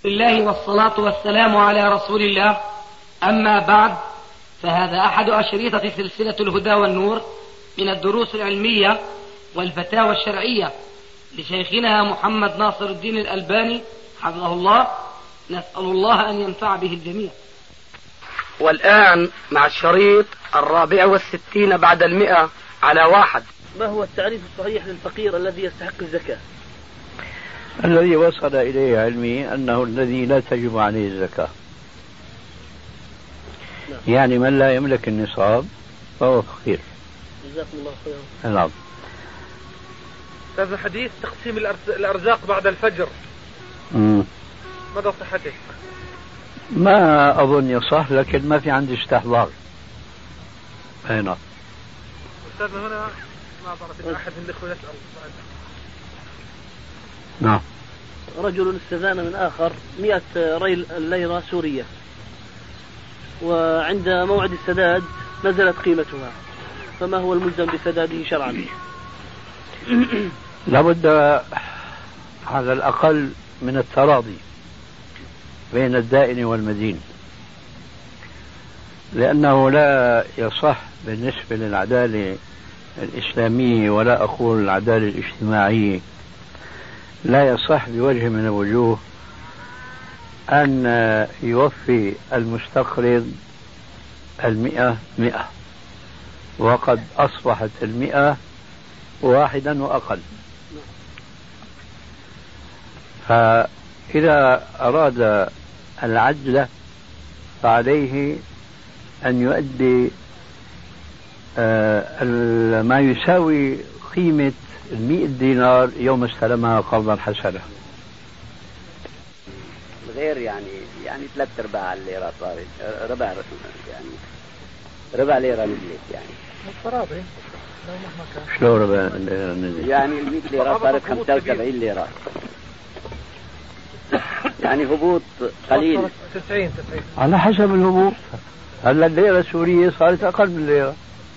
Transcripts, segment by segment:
الله والصلاة والسلام على رسول الله. أما بعد، فهذا أحد أشريطة سلسلة الهدى والنور من الدروس العلمية والفتاوى الشرعية لشيخنا محمد ناصر الدين الألباني حفظه الله. نسأل الله أن ينفع به الجميع. والآن مع الشريط 64 بعد 100 على 1. ما هو التعريف الصحيح للفقير الذي يستحق الزكاة؟ الذي وصل إليه علمي أنه الذي لا تجب عليه الزكاة. يعني من لا يملك النصاب فهو فقير. جزاكم الله خيرا. نعم. هذا حديث تقسيم الأرزاق بعد الفجر، ماذا صحته؟ ما أظن يصح، لكن ما في عندي استحضار. نعم. أستاذنا هنا ما بعرف إن أحد من الإخوة يسأل. نعم. رجل استدان من آخر 100 ليرة سورية، وعند موعد السداد نزلت قيمتها، فما هو الملزم بسداده شرعا؟ لابد على الأقل من التراضي بين الدائن والمدين، لأنه لا يصح بالنسبة للعدالة الإسلامية، ولا أقول العدالة الاجتماعية، لا يصح بوجه من الوجوه أن يوفي المستقرض 100 وقد أصبحت 100 واحدا وأقل. فإذا أراد العدل فعليه أن يؤدي ما يساوي قيمة 100 دينار يوم استلمها قرضا حسنا. غير يعني 3/4 الليرة صارت ربع ليرة نزلت يعني. الفراضي لو مهما كان. شلون ربع ليرة نزلت؟ يعني 100 ليرة صارت 75 ليرة. يعني هبوط قليل. 90 على حسب الهبوط. هلا الليرة السورية صارت أقل من الليرة.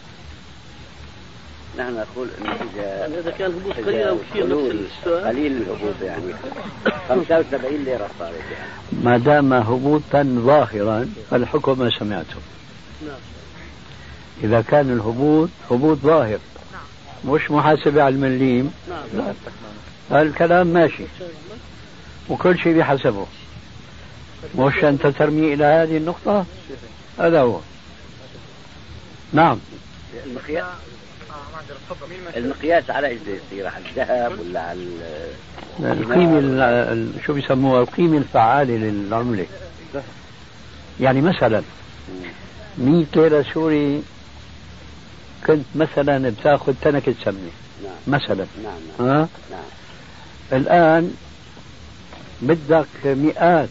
نحن نقول إذا كان الهبوط قليل أو كثير نفس السؤال. قليل الهبوط يعني 75 ليرة صارت يعني. ما دام هبوطا ظاهرا فالحكم ما سمعته. نعم. إذا كان الهبوط هبوط ظاهر مش محاسبة على المليم، لا، الكلام ماشي وكل شيء بحسبه، مش أنت ترمي إلى هذه النقطة. هذا هو. نعم. المقياس على ايش يصير؟ على الذهب ولا على القيمة شو بيسموها القيمة الفعالة للعملة. يعني مثلا 100 ليرة سوري كنت مثلا بتاخذ تنكة سمنة. نعم. مثلا. نعم. نعم. الآن بدك مئات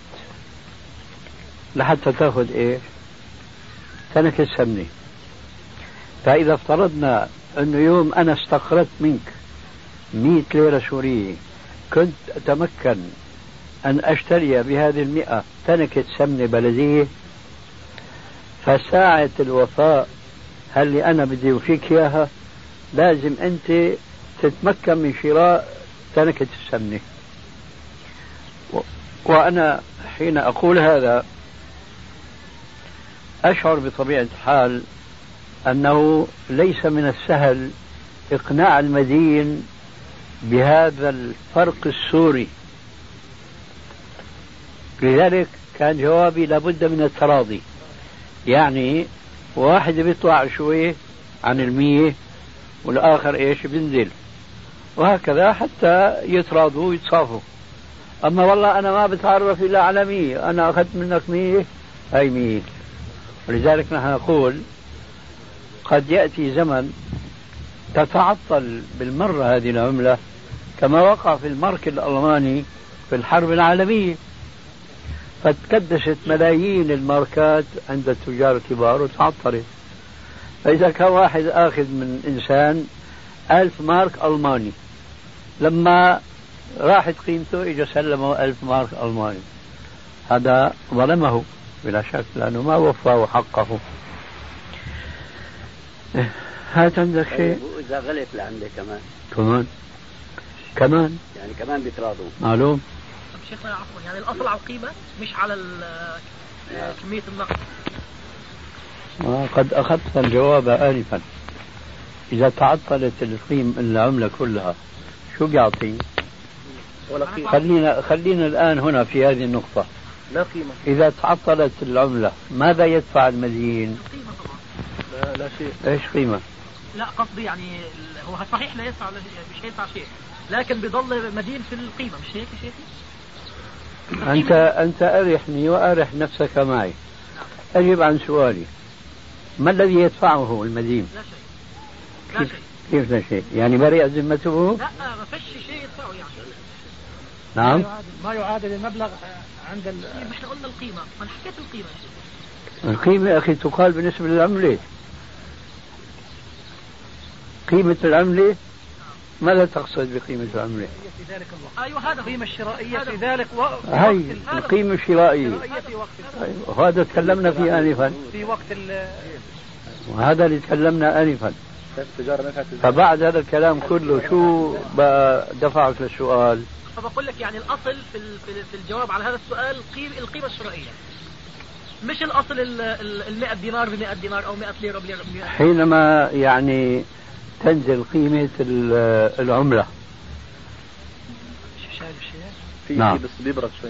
لحتى تاخذ ايش؟ تنكة سمنة. فإذا افترضنا أنه يوم أنا استقرضت منك 100 ليرة سورية كنت أتمكن أن أشتري بهذه 100 تنكة سمنة بلدية، فساعة الوفاء هل أنا بدي أوفيك إياها لازم أنت تتمكن من شراء تنكة السمنة. وأنا حين أقول هذا أشعر بطبيعة الحال أنه ليس من السهل إقناع المدين بهذا الفرق السوري. لذلك كان جوابي لابد من التراضي، يعني واحد بيطلع شوي عن 100 والآخر إيش بنزل، وهكذا حتى يتراضوا ويتصافوا. أما والله أنا ما بتعرف إلا على 100، أنا أخذت منك 100 هاي 100. ولذلك نحن نقول قد يأتي زمن تتعطل بالمرة هذه العملة، كما وقع في المارك الألماني في الحرب العالمية، فتكدست ملايين الماركات عند التجار الكبار وتعطلت. فإذا كان واحد آخذ من إنسان 1000 مارك ألماني، لما راحت قيمته إجا سلمه 1000 مارك ألماني، هذا ظلمه بلا شك لأنه ما وفاه حقه. هات عندك شيء. إذا غلط لعندك كمان يعني كمان بيتراضوا. معلوم. شيخنا عفوا يعني الأصل على القيمة مش على كمية النقد. قد أخذت الجواب آنفا. إذا تعطلت العملة كلها شو بيعطي؟ ولا قيمة. خلينا الآن هنا في هذه النقطة. لا قيمة. إذا تعطلت العملة ماذا يدفع المدين؟ قيمة طبعا. لا شيء. إيش قيمة؟ لا قصدي يعني هو صحيح لا يدفع، مش هيدفع شيء، لكن بيضل مدين في القيمة، مش هيك يا شيخي؟ أنت أرحني وأرح نفسك معي. أجب عن سؤالي. ما الذي يدفعه المدين؟ لا شيء. لا شيء. كيف لا شيء؟ يعني برئ ذمته؟ لا ما فيش شيء يدفعه يعني. نعم. ما يعادل المبلغ عند احنا قلنا القيمة، أنا حكيت القيمة. القيمة يا أخي تقال بالنسبة للعملة. قيمة العملة ماذا تقصد بقيمة العملة؟ في ذلك الوقت. أيوة هذا القيمة الشرائية في ذلك هاي القيمة الشرائية. في وقت وهذا تكلمنا فيه آنفا. في وقت وهذا اللي تكلمنا آنفا. فبعد هذا الكلام كله شو دفعك للسؤال؟ فبقول لك يعني الأصل في الجواب على هذا السؤال القيمة الشرائية، مش الأصل 100 دينار ب 100 دينار أو 100 ليرة ب 100. حينما يعني تنزل قيمة العملة في نعم. بس بيبرد شوي.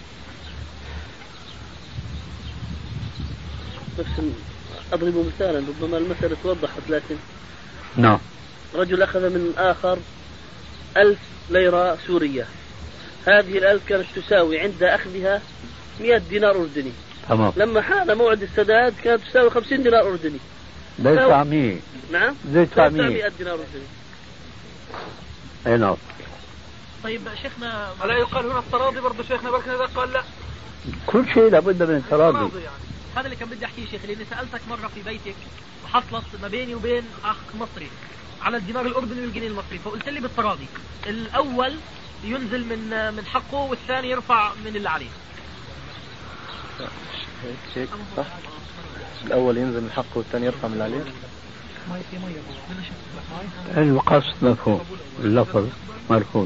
بس أضرب مثالا ربما المسألة توضحت، لكن نعم. رجل أخذ من آخر 1000 ليرة سورية. هذه ال1000 كانت تساوي عند أخذها 100 دينار أردني. تمام. لما حان موعد السداد كانت تساوي 50 دينار أردني. ليس 100. نعم. ليس 100 دينار أردني. أي نعم. طيب شيخنا ألا يقال هنا التراضي برضه شيخنا؟ بركنا إذا قال لا كل شيء لابد من التراضي يعني. هذا اللي كان بدي أحكيه شيخ، لأني سألتك مرة في بيتك وحصلت ما بيني وبين أخ مصري على الدينار الأردني والجنيه المصري، فقلت لي بالتراضي الأول ينزل من حقه والثاني يرفع من اللي عليه. هيك صح؟ الأول ينزل من حقه والثاني يرفع من اللي عليه. القصد مفهوم، اللفظ مرفوض.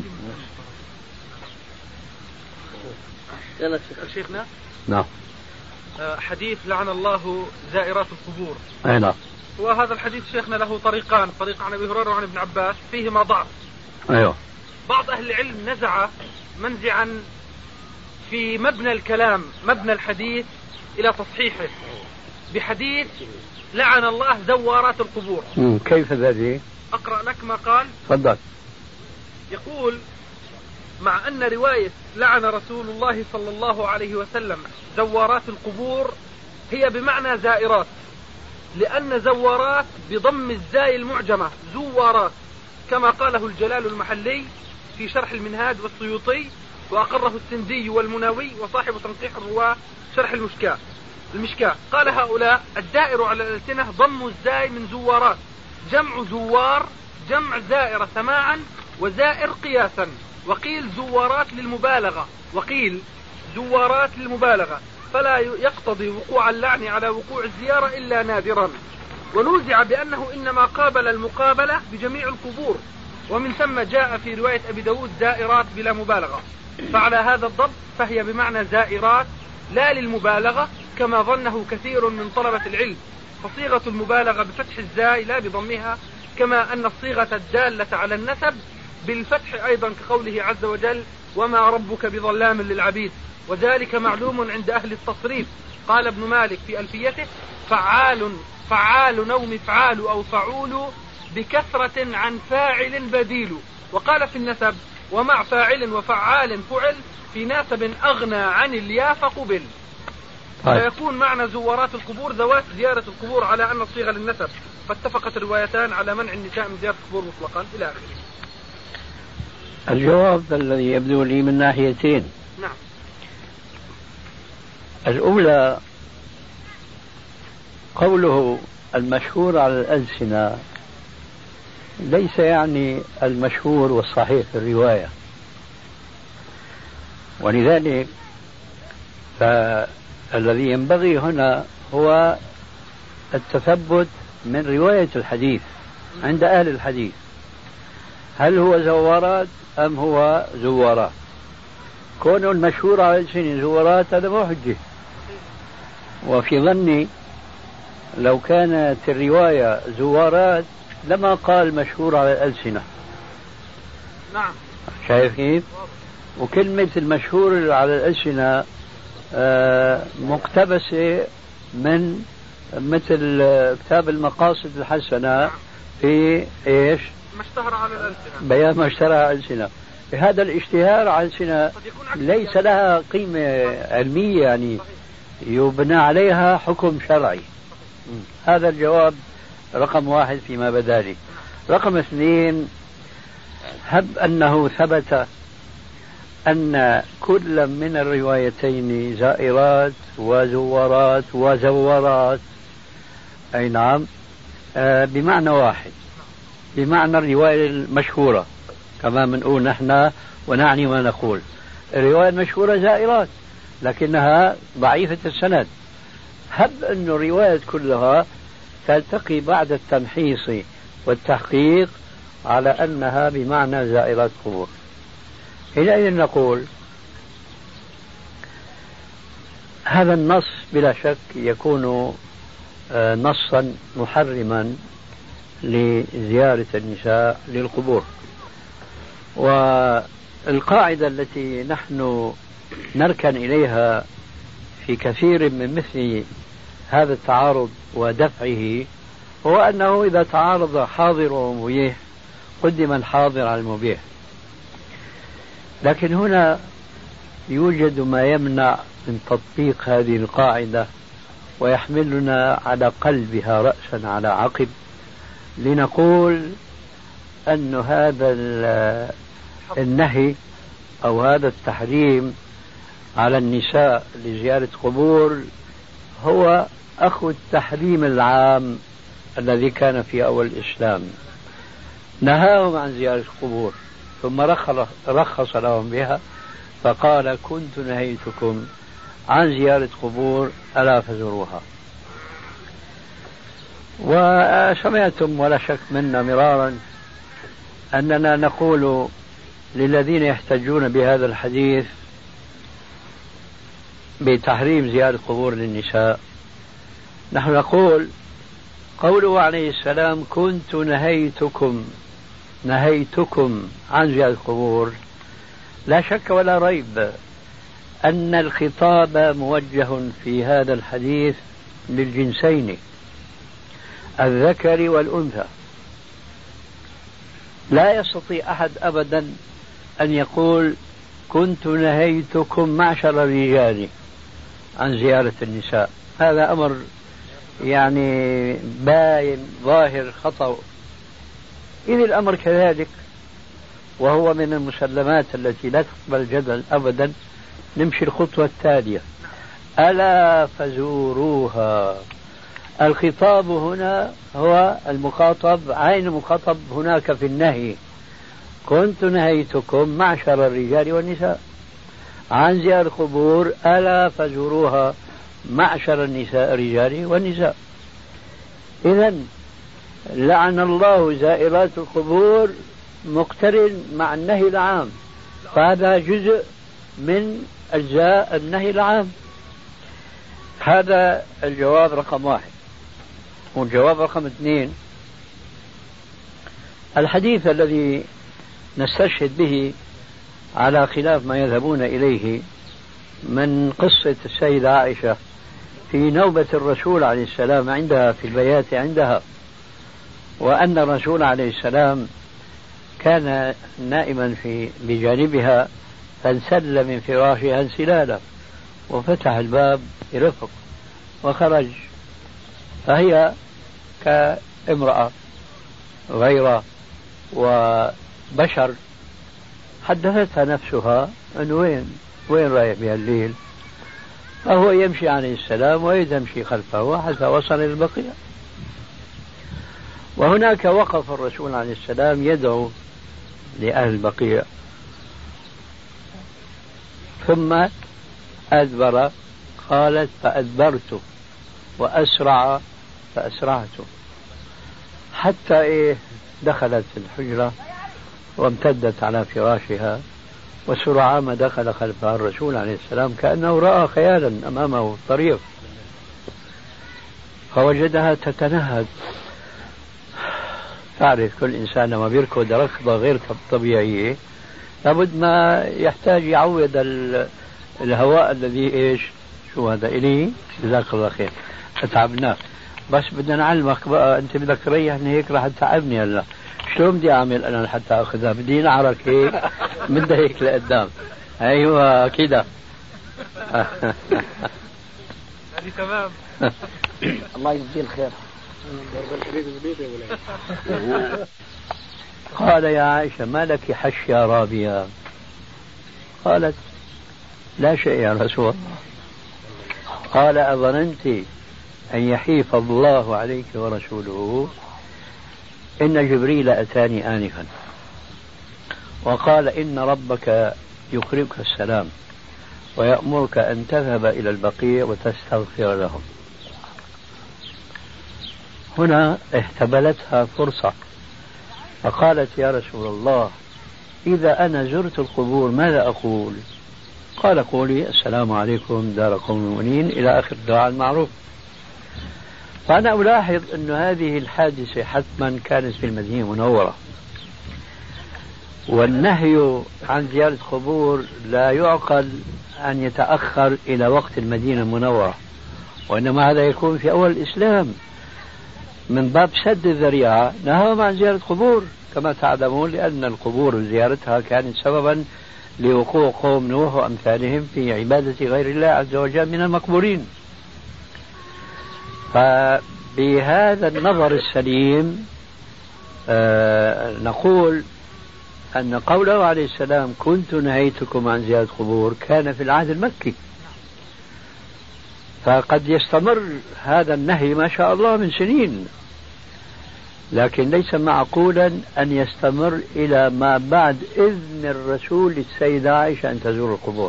يلا شيخنا. نعم. حديث لعن الله زائرات القبور. أي نعم. وهذا الحديث شيخنا له طريقان، طريق عن أبي هريرة وعن ابن عباس فيهما ضعف. أيوه. بعض أهل العلم نزع منزعا في مبنى الكلام، مبنى الحديث، إلى تصحيحه بحديث لعن الله زوارات القبور. كيف ذلك؟ أقرأ لك ما قال. تفضل. يقول: مع أن رواية لعن رسول الله صلى الله عليه وسلم زوارات القبور هي بمعنى زائرات، لأن زوارات بضم الزاي المعجمة زوارات، كما قاله الجلال المحلي في شرح المنهاج والسيوطي، وأقره السندي والمناوي وصاحب تنقيح الرواة شرح المشكاة. قال هؤلاء: الدائر على الألسنة ضم الزاي من زوارات، جمع زوار جمع زائرة سماعا وزائر قياسا، وقيل زوارات للمبالغة، فلا يقتضي وقوع اللعن على وقوع الزيارة إلا نادرا. ونوزع بأنه إنما قابل المقابلة بجميع القبور، ومن ثم جاء في رواية أبي داود زائرات بلا مبالغة، فعلى هذا الضبط فهي بمعنى زائرات لا للمبالغة كما ظنه كثير من طلبة العلم، فصيغة المبالغة بفتح الزاي لا بضمها، كما أن الصيغة الدالة على النسب بالفتح أيضا، كقوله عز وجل: وما ربك بظلام للعبيد. وذلك معلوم عند أهل التصريف. قال ابن مالك في ألفيته: فعال أو مفعال أو فعول بكثرة عن فاعل بديل. وقال في النسب: ومع فاعل وفعال فعل في ناسب أغنى عن اليا فقبل. فيكون معنى زوارات القبور ذوات زيارة القبور على أن الصيغة للنسب، فاتفقت الروايتان على منع النساء من زيارة القبور مطلقا إلى آخره. الجواب الذي يبدو لي من ناحيتين. نعم. الأولى قوله المشهور على الألسنة ليس يعني المشهور والصحيح في الرواية، ولذلك فالذي ينبغي هنا هو التثبت من رواية الحديث عند أهل الحديث، هل هو زوارات أم هو زوارات. كونه المشهور على الألسنة زورات هذا مو حجة. وفي ظني لو كانت الرواية زوارات لما قال مشهور على الألسنة. نعم. شايف كيف؟ وكلمة المشهور على الألسنة مقتبسة من مثل كتاب المقاصد الحسنة في إيش؟ ما اشتهر على الألسنة، بيان ما اشتهر على الألسنة. هذا الاشتهار على الألسنة ليس لها قيمة علمية يعني يبنى عليها حكم شرعي. هذا الجواب رقم 1 فيما بدا لي. رقم 2، هب أنه ثبت أن كل من الروايتين زائرات وزورات وزورات، أي نعم، بمعنى واحد، بمعنى الرواية المشهورة كما بنقول نحن ونعني ما نقول. الرواية المشهورة زائرات لكنها ضعيفة السند. هب أن الرواية كلها تلتقي بعد التمحيص والتحقيق على أنها بمعنى زائرات قبور. حينئذ نقول هذا النص بلا شك يكون نصا محرما لزيارة النساء للقبور. والقاعدة التي نحن نركن إليها في كثير من مثل هذا التعارض ودفعه هو أنه إذا تعارض حاضر ومبيح قدم الحاضر على المبيح. لكن هنا يوجد ما يمنع من تطبيق هذه القاعدة ويحملنا على قلبها رأسا على عقب لنقول أن هذا النهي أو هذا التحريم على النساء لزيارة قبور هو أخو التحريم العام الذي كان في أول الإسلام، نهاهم عن زيارة القبور ثم رخص لهم بها فقال كنت نهيتكم عن زيارة قبور ألا فزوروها. وسمعتم ولا شك منا مرارا أننا نقول للذين يحتجون بهذا الحديث بتحريم زيارة قبور للنساء، نحن نقول قوله عليه السلام كنت نهيتكم عن زيارة القبور، لا شك ولا ريب أن الخطاب موجه في هذا الحديث للجنسين الذكر والأنثى. لا يستطيع أحد أبدا أن يقول كنت نهيتكم معشر الرجال عن زيارة النساء. هذا أمر يعني باين ظاهر خطأ. إذ الأمر كذلك وهو من المسلمات التي لا تقبل الجدل أبدا، نمشي الخطوة التالية ألا فزوروها. الخطاب هنا هو المخاطب، عين المخاطب هناك في النهي كنت نهيتكم معشر الرجال والنساء عن زيارة القبور ألا فزوروها معشر النساء الرجال والنساء. إذن لعن الله زائرات القبور مقترن مع النهي العام، فهذا جزء من أجزاء النهي العام. هذا الجواب رقم 1. والجواب رقم 2، الحديث الذي نستشهد به على خلاف ما يذهبون إليه من قصة السيدة عائشة في نوبة الرسول عليه السلام عندها في البيات عندها، وأن الرسول عليه السلام كان نائما بجانبها فانسل من فراشها انسلالا وفتح الباب برفق وخرج، فهي كامرأة غير وبشر حدثتها نفسها أنه وين رايح بهالليل، فهو يمشي عليه السلام ويمشي خلفه حتى وصل إلى البقيع. وهناك وقف الرسول عليه السلام يدعو لأهل البقيع ثم أدبر، قالت فأدبرت وأسرع فأسرعت حتى دخلت الحجرة وامتدت على فراشها وسرعان ما دخل خلفها الرسول عليه السلام كأنه رأى خيالا أمامه في الطريق، فوجدها تتنهد. تعرف كل إنسان لما بيركض ركضة غير طبيعية لابد ما يحتاج يعوض الهواء الذي إيش شو هذا إلي. جزاك الله خير، أتعبناك، بس بدنا نعلمك بقى، أنت بدك تريحني هيك راح تتعبني هلا. شلون بدي أعمل أنا حتى أخذها؟ بدي نعرك هيك بدها هيك لقدام. أيوة كده. هذه تمام. الله يجزيه الخير. قال يا عائشة ما لك حشية رابية؟ قالت لا شيء يا رسول الله. قال أظننت أن يحيف الله عليك ورسوله؟ إن جبريل أتاني آنفا وقال إن ربك يقرئك السلام ويأمرك أن تذهب إلى البقيع وتستغفر لهم. هنا احتملتها فرصة فقالت يا رسول الله إذا أنا زرت القبور ماذا أقول؟ قال قولي السلام عليكم دار قوم مؤمنين إلى آخر الدعاء المعروف. فأنا ألاحظ أن هذه الحادثة حتما كانت في المدينة المنورة، والنهي عن زيارة قبور لا يعقل أن يتأخر إلى وقت المدينة المنورة، وإنما هذا يكون في أول الإسلام من باب سد الذريعة. نهاهم عن زيارة قبور كما تعلمون، لأن القبور وزيارتها كانت سببا لوقوع قوم نوح وأمثالهم في عبادة غير الله عز وجل من المقبورين. فبهذا النظر السليم نقول أن قوله عليه السلام كنت نهيتكم عن زيارة قبور كان في العهد المكي، فقد يستمر هذا النهي ما شاء الله من سنين، لكن ليس معقولا أن يستمر إلى ما بعد إذن الرسول للسيدة عائشة أن تزور القبور.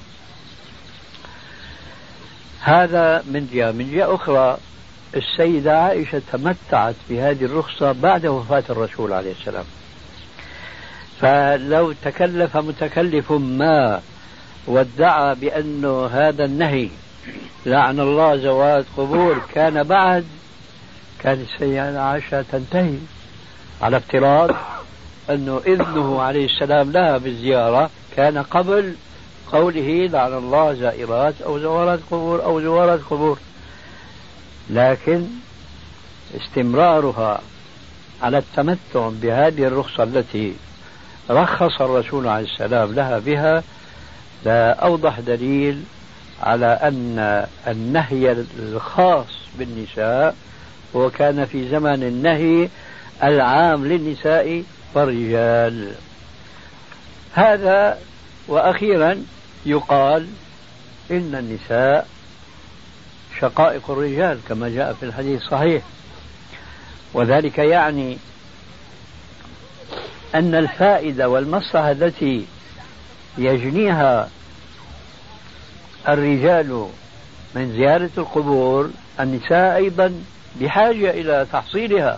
هذا من جهة. من جهة أخرى السيدة عائشة تمتعت بهذه الرخصة بعد وفاة الرسول عليه السلام، فلو تكلف متكلف ما وادعى بأن هذا النهي لعن الله زوات قبور كان بعد، كانت السيدة عائشة تنتهي، على افتراض أنه إذنه عليه السلام لها بالزيارة كان قبل قوله لعن الله زائرات أو زوارات قبور أو زوارات قبور. لكن استمرارها على التمتع بهذه الرخصة التي رخص الرسول عليه السلام لها بها لا أوضح دليل على أن النهي الخاص بالنساء وكان في زمن النهي العام للنساء والرجال. هذا. وأخيرا يقال إن النساء شقائق الرجال كما جاء في الحديث الصحيح، وذلك يعني أن الفائدة والمصلحة التي يجنيها الرجال من زيارة القبور النساء أيضا بحاجة إلى تحصيلها،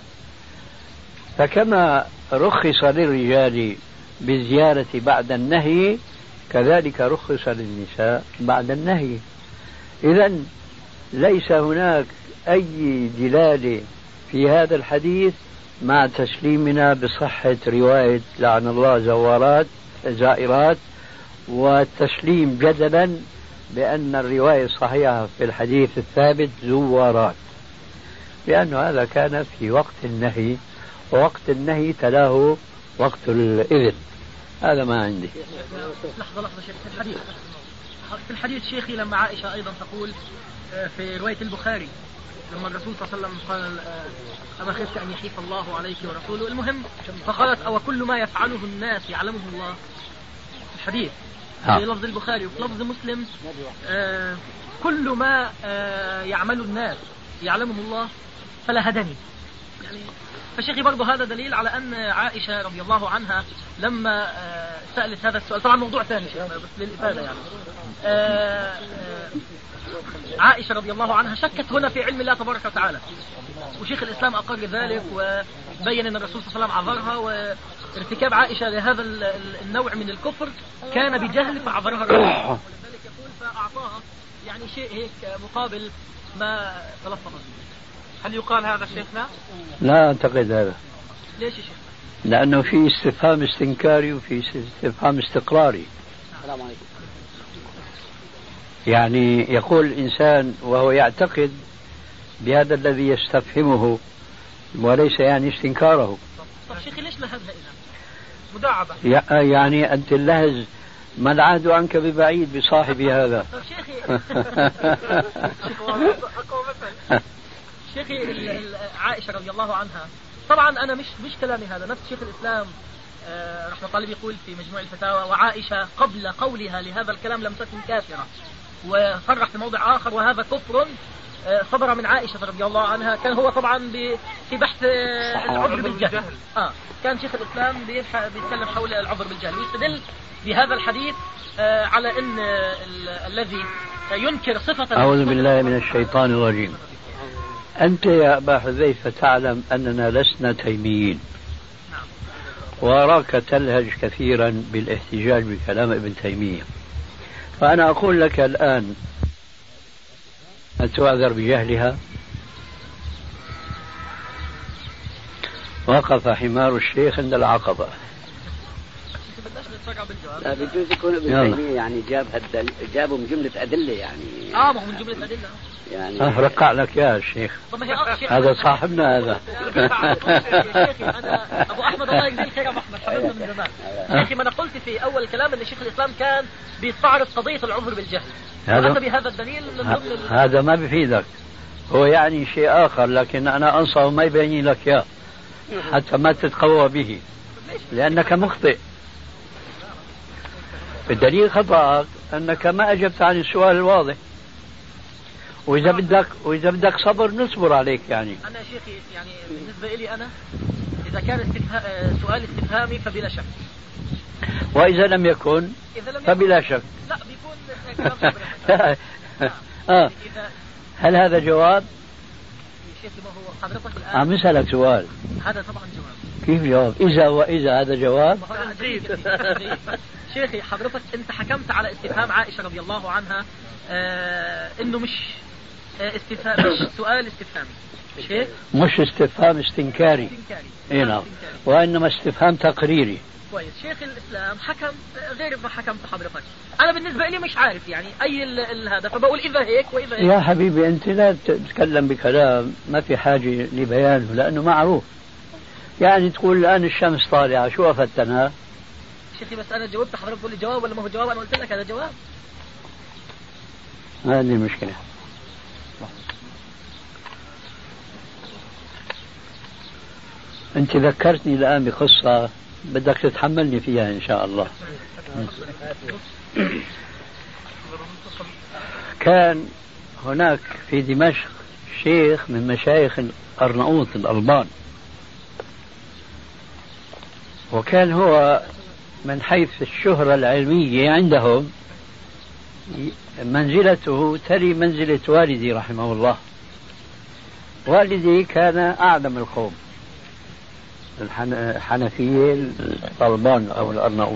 فكما رخص للرجال بالزيارة بعد النهي كذلك رخص للنساء بعد النهي. إذن ليس هناك أي دلالة في هذا الحديث مع تسليمنا بصحة رواية لعن الله زائرات والتسليم جدلا بأن الرواية الصحيحة في الحديث الثابت زوارات، لأن هذا كان في وقت النهي، ووقت النهي تلاه وقت الإذن. هذا ما عندي. لحظة شيخ، في الحديث شيخي لما عائشة أيضا تقول في رواية البخاري لما الرسول صلى الله عليه وسلم قال أما خفت أن يحيف الله عليك ورسوله، المهم فقالت أو كل ما يفعله الناس يعلمه الله، في الحديث في لفظ البخاري. وفي لفظ مسلم كل ما يعمل الناس يعلمه الله فلا هدني. يعني فشيخي برضه هذا دليل على أن عائشة رضي الله عنها لما سألت هذا السؤال، طبعا موضوع ثاني بس للإفادة يعني، عائشة رضي الله عنها شكت هنا في علم الله تبارك وتعالى، وشيخ الإسلام أقر ذلك وبين أن الرسول صلى الله عليه وسلم عذرها ارتكاب عائشة لهذا النوع من الكفر كان بجهل فعذرها الرسول، ولذلك يقول فأعطاها يعني شيء هيك مقابل ما تلفظ. هل يقال هذا شيخنا؟ لا أعتقد هذا. ليش يا شيخ؟ لأنه في استفهام استنكاري وفي استفهام استقراري. السلام عليكم. يعني يقول الإنسان وهو يعتقد بهذا الذي يستفهمه وليس يعني استنكاره. طب شيخي ليش لهذا إذا؟ مداعبة. يعني أنت اللهز ما العهد عنك ببعيد بصاحب هذا. طب شيخي شيخي عائشة رضي الله عنها، طبعا أنا مش كلامي هذا، نفس شيخ الإسلام رحمة الله يقول في مجموع الفتاوى: وعائشة قبل قولها لهذا الكلام لم تكن كافرة. وصرح في موضع آخر: وهذا كفر صدر من عائشة رضي الله عنها. كان هو طبعا في بحث العذر بالجهل. كان شيخ الإسلام بيتكلم حول العذر بالجهل، ويستدل بهذا الحديث على أن الذي ينكر صفة. أعوذ بالله من الشيطان الرجيم. أنت يا أبا حذيفة تعلم أننا لسنا تيميين، وأراك تلهج كثيرا بالاحتجاج بكلام ابن تيمية، فأنا أقول لك الآن أن تعذر بجهلها. وقف حمار الشيخ عند العقبة. لا بيجوز يكون ابن تيمية يعني جابوا من جملة أدلة يعني. ما هو من جملة أدلة يعني. رقع لك يا شيخ. هذا صاحبنا هذا. شيخي أنا أبو أحمد الله يجزيه الخير. أبو أحمد حبيبنا من زمان. شيخي ما أنا قلت في أول الكلام أن شيخ الإسلام كان بيستعرض قضية العذر بالجهل. هذا بهذا الدليل هذا ما بيفيدك، هو يعني شيء آخر، لكن أنا أنصح ما يبين لك إياه حتى ما تتقوى به لأنك مخطئ. الدليل خطأك أنك ما أجبت عن السؤال الواضح، وإذا بدك صبر نصبر عليك. يعني أنا شيخي يعني بالنسبة لي أنا إذا كان سؤال استفهامي فبلا شك، وإذا لم يكن فبلا شك. لا بيكون كلام هل هذا جواب؟ شيخي ما هو حضرتك الآن عم أسألك سؤال. هذا طبعا جواب. كيف جواب؟ إذا وإذا هذا جواب. شيخي حضرتك أنت حكمت على استفهام عائشة رضي الله عنها إنه مش استفهام، مش سؤال استفهامي، مش هيك؟ مش استفهام استنكاري. إيه نعم. وإنما استفهام تقريري. كويس. شيخ الإسلام حكم غير ما حكمت حضرتك. أنا بالنسبة لي مش عارف يعني أي هذا، فبقول إذا هيك وإذا هيك. يا حبيبي أنت لا تتكلم بكلام ما في حاجة لبيانه لأنه معروف. يعني تقول الآن الشمس طالعة، شو أفتنها؟ شيخي بس أنا جاوبت، حضرتك تقول لي جواب ولا ما هو جواب؟ أنا قلت لك هذا جواب. هذه المشكلة. أنت ذكرتني الآن بقصة بدك تتحملني فيها إن شاء الله. كان هناك في دمشق شيخ من مشايخ أرناؤوط الألبان، وكان هو من حيث الشهرة العلمية عندهم منزلته تلي منزلة والدي رحمه الله. والدي كان أعلم القوم الحنفية الألبان أو الأرناؤوط.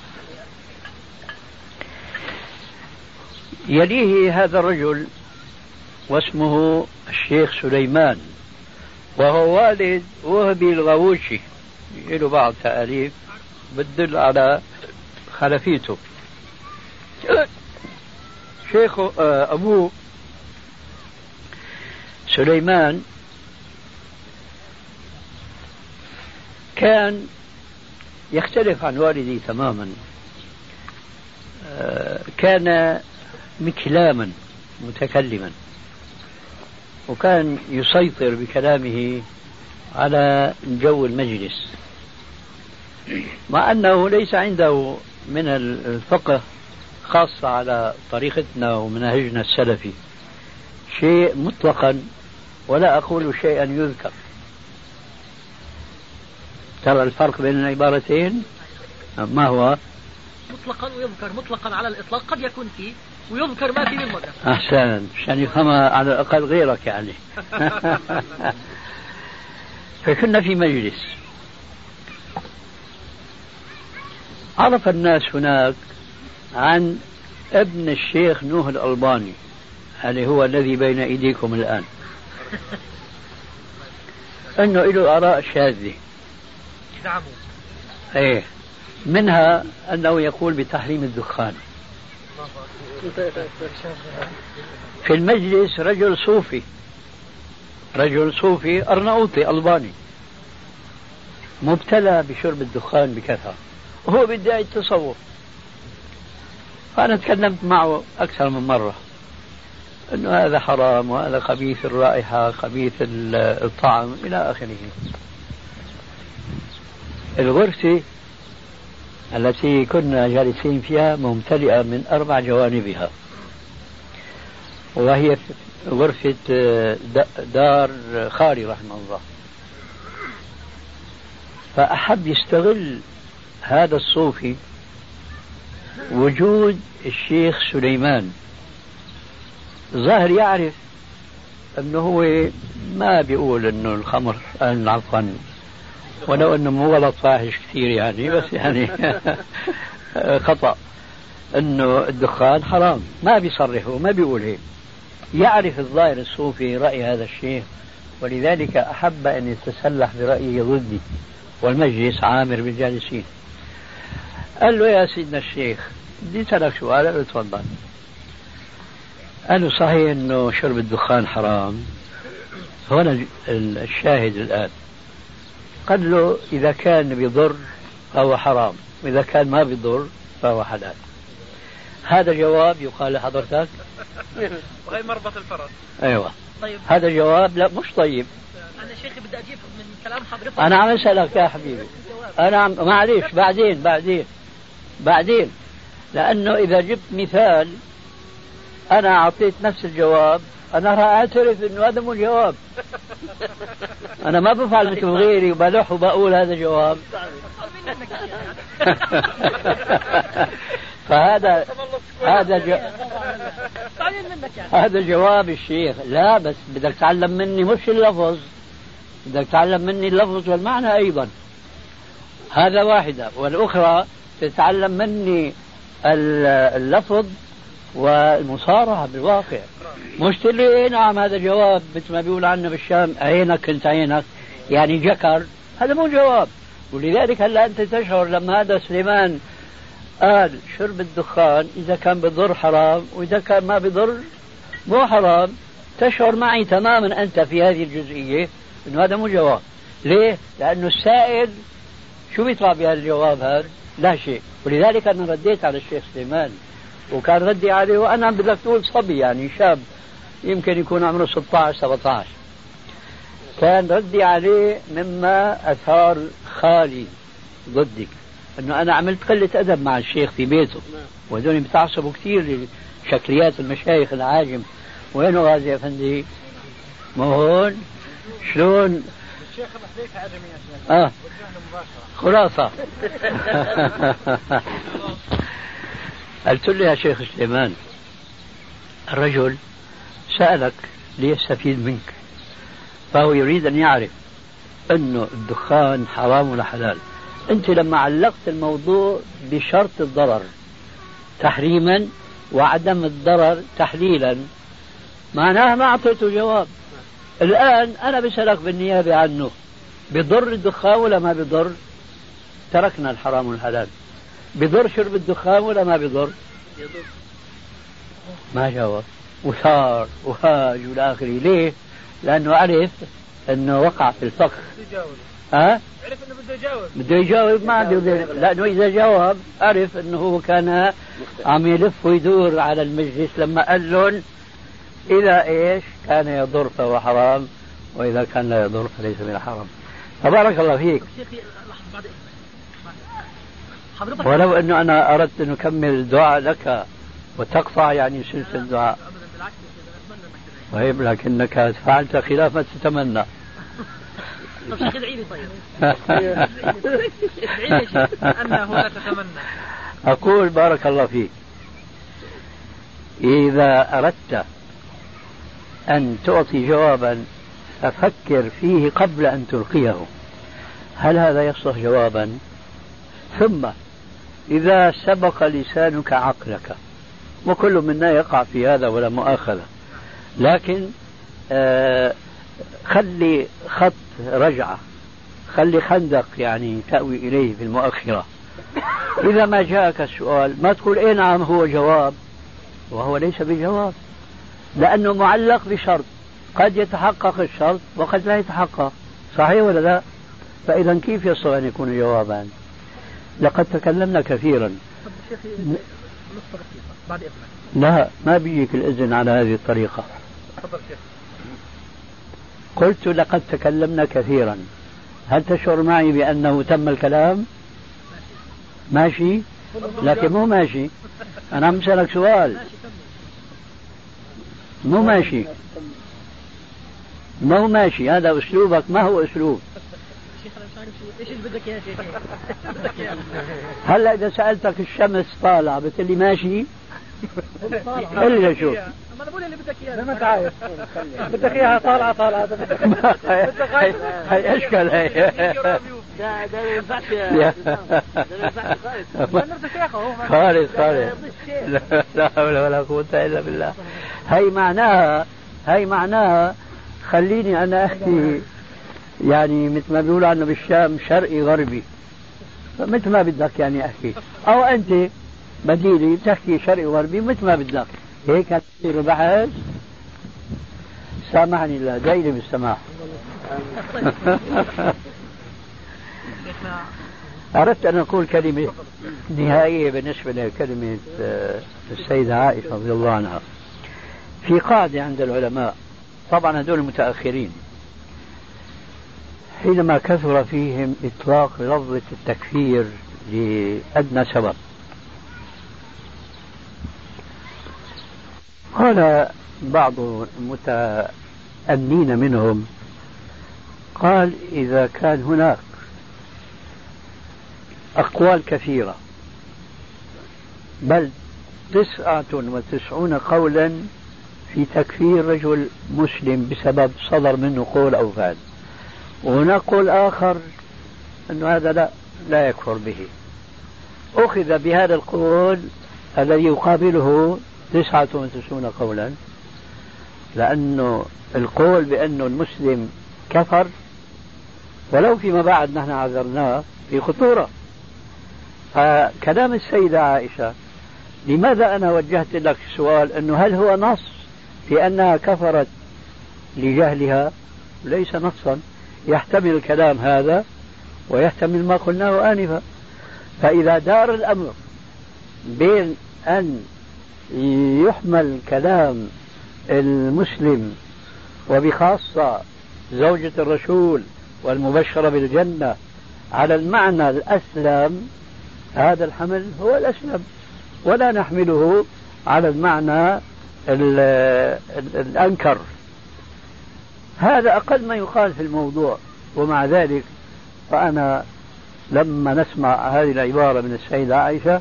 يليه هذا الرجل واسمه الشيخ سليمان، وهو والد وهبي الغووشي، له بعض تأليف بتدل على خلفيته. شيخ أبوه سليمان كان يختلف عن والدي تماما. كان مكلاما متكلما، وكان يسيطر بكلامه على جو المجلس، مع أنه ليس عنده من الفقه خاصة على طريقتنا ومنهجنا السلفي شيء مطلقا، ولا أقول شيئا يذكر. ترى الفرق بين العبارتين ما هو؟ مطلقا ويذكر. مطلقا على الإطلاق قد يكون فيه، ويذكر ما فيه بالمرة. أحسن، عشان يفهمها على الأقل غيرك يعني. فكنا في مجلس، عرف الناس هناك عن ابن الشيخ نوح الألباني اللي هو الذي بين أيديكم الآن أنه له آراء شاذة. إيه، منها أنه يقول بتحريم الدخان. في المجلس رجل صوفي أرناؤوطي ألباني مبتلى بشرب الدخان بكثرة وهو بيدعي التصوف. فأنا تكلمت معه أكثر من مرة أنه هذا حرام وهذا خبيث الرائحة خبيث الطعم إلى آخره. الغرفة التي كنا جالسين فيها ممتلئة من 4 جوانبها، وهي غرفة دار خالي رحمه الله. فأحب يستغل هذا الصوفي وجود الشيخ سليمان، ظاهر يعرف أنه هو ما بيقول أنه الخمر عفوا ولو أنه مو غلط فاحش كثير يعني، بس يعني خطأ أنه الدخان حرام، ما بيصرح وما بيقول هيك. يعرف الظاهر الصوفي رأي هذا الشيخ، ولذلك أحب أن يتسلح برأيه ضدي، والمجلس عامر بالجالسين. قال له يا سيدنا الشيخ بدي أسألك سؤال. قال له تفضل. قال له صحيح أنه شرب الدخان حرام، هنا الشاهد الآن. قال له إذا كان بيضر فهو حرام، وإذا كان ما بيضر فهو حلال. هذا جواب يقال لحضرتك؟ وهي مربط الفرس. أيوة. طيب. هذا جواب لا مش طيب. أنا شيخي بدي أجيب من كلام حضرتك. أنا عم أسألك يا حبيبي، أنا معليش بعدين لأنه إذا جبت مثال أنا أعطيت نفس الجواب أنا راح أعترف إنه هذا مو جواب. أنا ما بفعل مثل غيري وبلح وبقول هذا جواب. فهذا هذا جواب الشيخ. لا بس بدك تعلم مني مش اللفظ، بدك تعلم مني اللفظ والمعنى أيضا. هذا واحدة، والأخرى تتعلم مني اللفظ والمصارعة بالواقع. مش تقول نعم هذا جواب مثل ما بيقول عنا بالشام عينك كنت عينك يعني جكر، هذا مو جواب. ولذلك هلا أنت تشعر لما هذا سليمان قال شرب الدخان إذا كان بضر حرام وإذا كان ما بضر مو حرام، تشعر معي تماما أنت في هذه الجزئية إنه هذا مو جواب. ليه؟ لأنه السائل شو بيطلع بهذا الجواب هذا؟ لا شيء. ولذلك أنا رديت على الشيخ سليمان، وكان ردي عليه وأنا بدك تقول صبي يعني شاب يمكن يكون عمره 16-17. كان ردي عليه مما أثار خالي ضدك، أنه أنا عملت قلة أدب مع الشيخ في بيته، وهذول بتعصبوا كثير لشكليات المشايخ العاجم. وينه غازي يا فندي؟ ما هون شلون الشيخ الحديث عجمي يا شيخ. خلاصة. قلت له يا شيخ سليمان الرجل سألك ليستفيد منك، فهو يريد أن يعرف أنه الدخان حرام ولا حلال. أنت لما علقت الموضوع بشرط الضرر تحريما وعدم الضرر تحليلا معناها ما أعطيته جواب. الآن أنا بسألك بالنيابة عنه بضر الدخان ولا ما بضر؟ تركنا الحرام والحلال. بضر شرب الدخان ولا ما بضر؟ ما جاوب وصار وهاج والآخر. ليه؟ لأنه عرف أنه وقع في الفخ. عرف أنه بده يجاوب ما عنده، لأنه إذا جاوب عرف أنه هو كان عم يلف ويدور على المجلس لما قال لهم إذا إيش كان يضر فهو حرام وإذا كان لا يضر فليس من حرام. تبارك الله فيك. ولو أنه أنا أردت أن أكمل الدعاء لك وتقطع يعني سلسلة الدعاء، طيب لكنك فعلت خلاف ما تتمنى. طب شيخ ادعي لي طيب. ادعي لي شيخ أنه لا تتمنى. أقول بارك الله فيك إذا أردت أن تعطي جوابا ففكر فيه قبل أن تلقيه، هل هذا يصلح جوابا؟ ثم إذا سبق لسانك عقلك، وكل منا يقع في هذا ولا مؤاخذة، لكن خلي خط رجعة، خلي خندق يعني تأوي إليه في المؤخرة. إذا ما جاءك السؤال ما تقول إيه نعم هو جواب، وهو ليس بجواب، لأنه معلق بشرط، قد يتحقق الشرط وقد لا يتحقق، صحيح ولا لا؟ فإذا كيف يصح أن يكون جوابا؟ لقد تكلمنا كثيرا. بعد إذنك. لا، ما بيجيك الإذن على هذه الطريقة. قلت لقد تكلمنا كثيرا، هل تشعر معي بأنه تم الكلام؟ ماشي، لكن مو ماشي. أنا عم أسألك سؤال، مو ماشي، مو ماشي، هذا أسلوبك ما هو أسلوب. ايش اللي بدك يا شيخ؟ هلا إذا سألتك الشمس طالعة بتقول لي ماشي؟ قل لي شو. انا بقول اللي بدك اياه. ما تعرف بدك اياها طالعة هي اشكال هي. ده ما ينفعش، ده ما ينفعش خالص. لا حول ولا قوة إلا بالله. هي معناها خليني أنا أحكي يعني مثل ما بيقولوا عنا بالشام شرقي غربي، مثل ما بدك يعني أحكي، أو أنت بديلي تحكي شرقي غربي مثل ما بدك. هيك هتصير بحث. سامحني الله، دايلي بالسماح. أردت أن أقول كلمة نهائية بالنسبة لكلمة السيدة عائشة رضي الله عنها. في قاعدة عند العلماء، طبعا هذول المتأخرين، حينما كثر فيهم إطلاق لفظة التكفير لأدنى سبب، قال بعض المتأنين منهم، قال إذا كان هناك أقوال كثيرة، بل 99 قولا في تكفير رجل مسلم بسبب صدر منه قول أو فعل، وهناك قول آخر أنه هذا لا يكفر به، أخذ بهذا القول الذي يقابله 99 قولا، لأنه القول بأنه المسلم كفر ولو فيما بعد نحن عذرناه في خطورة. فكلام السيدة عائشة، لماذا أنا وجهت لك السؤال أنه هل هو نص في أنها كفرت لجهلها؟ ليس نصا، يحتمل الكلام هذا ويحتمل ما قلناه آنفا. فإذا دار الأمر بين أن يحمل كلام المسلم وبخاصة زوجة الرسول والمبشرة بالجنة على المعنى الأسلم، هذا الحمل هو الأسلم، ولا نحمله على المعنى الأنكر. هذا أقل ما يقال في الموضوع. ومع ذلك فأنا لما نسمع هذه العبارة من السيدة عائشة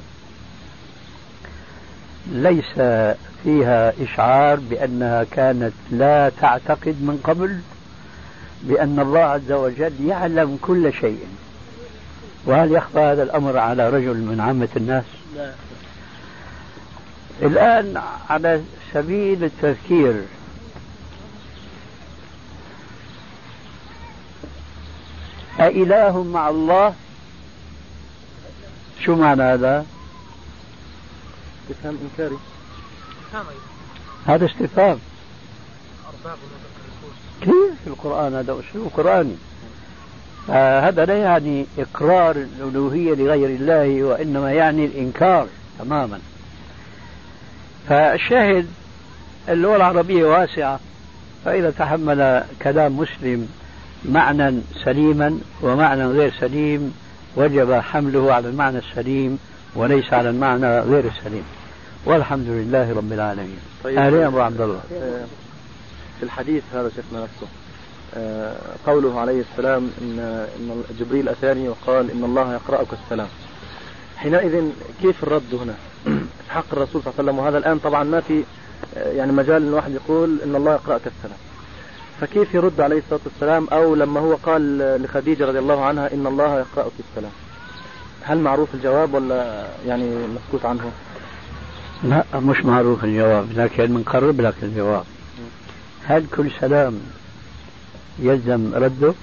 ليس فيها إشعار بأنها كانت لا تعتقد من قبل بأن الله عز وجل يعلم كل شيء. وهل يخفى هذا الأمر على رجل من عامة الناس؟ لا. الآن على سبيل التذكير، أإله مع الله؟ شو معنى هذا؟ استفهام إنكاري. هذا استفهام. كيف في القرآن؟ هذا أسلوب قرآني. هذا لا يعني إقرار الألوهية لغير الله، وإنما يعني الإنكار تماما. فالشاهد اللغة العربية واسعة، فإذا تحمل كلام مسلم معنى سليما ومعنى غير سليم وجب حمله على المعنى السليم وليس على المعنى غير السليم، والحمد لله رب العالمين. طيب أهلا أبو عبد الله. في الحديث هذا شيخنا نفسه قوله عليه السلام إن جبريل أتاني وقال إن الله يقرأك السلام، حينئذ كيف الرد هنا في حق الرسول صلى الله عليه وسلم؟ وهذا الآن طبعا ما في يعني مجال أن الواحد يقول إن الله يقرأك السلام، فكيف يرد عليه الصلاة والسلام؟ أو لما هو قال لخديجة رضي الله عنها إن الله يقرأك السلام، هل معروف الجواب ولا يعني مسكوت عنه؟ لا مش معروف الجواب، لكن بنقرب لك الجواب. هل كل سلام يلزم رده؟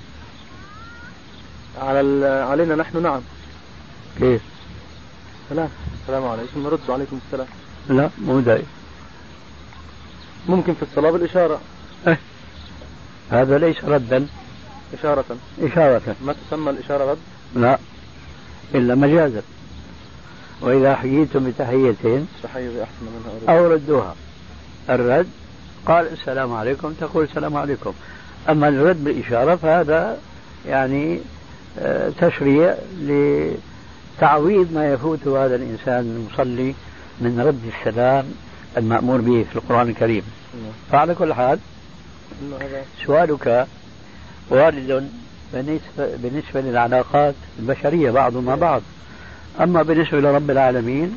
علينا نحن نعم. كيف؟ السلام عليكم نرد عليكم السلام. لا مو دايم. ممكن في الصلاة بالإشارة. هذا ليس ردا. إشارة. ما تسمى الإشارة رد؟ لا إلا مجازا. وإذا حييتم بتحية أو ردوها. الرد قال السلام عليكم تقول السلام عليكم. أما الرد بالإشارة فهذا يعني تشريع لتعويض ما يفوت هذا الإنسان المصلي من رد السلام المأمور به في القرآن الكريم. فعلى كل حال سؤالك وارد بالنسبة للعلاقات البشرية بعضها مع بعض، أما بالنسبة لرب العالمين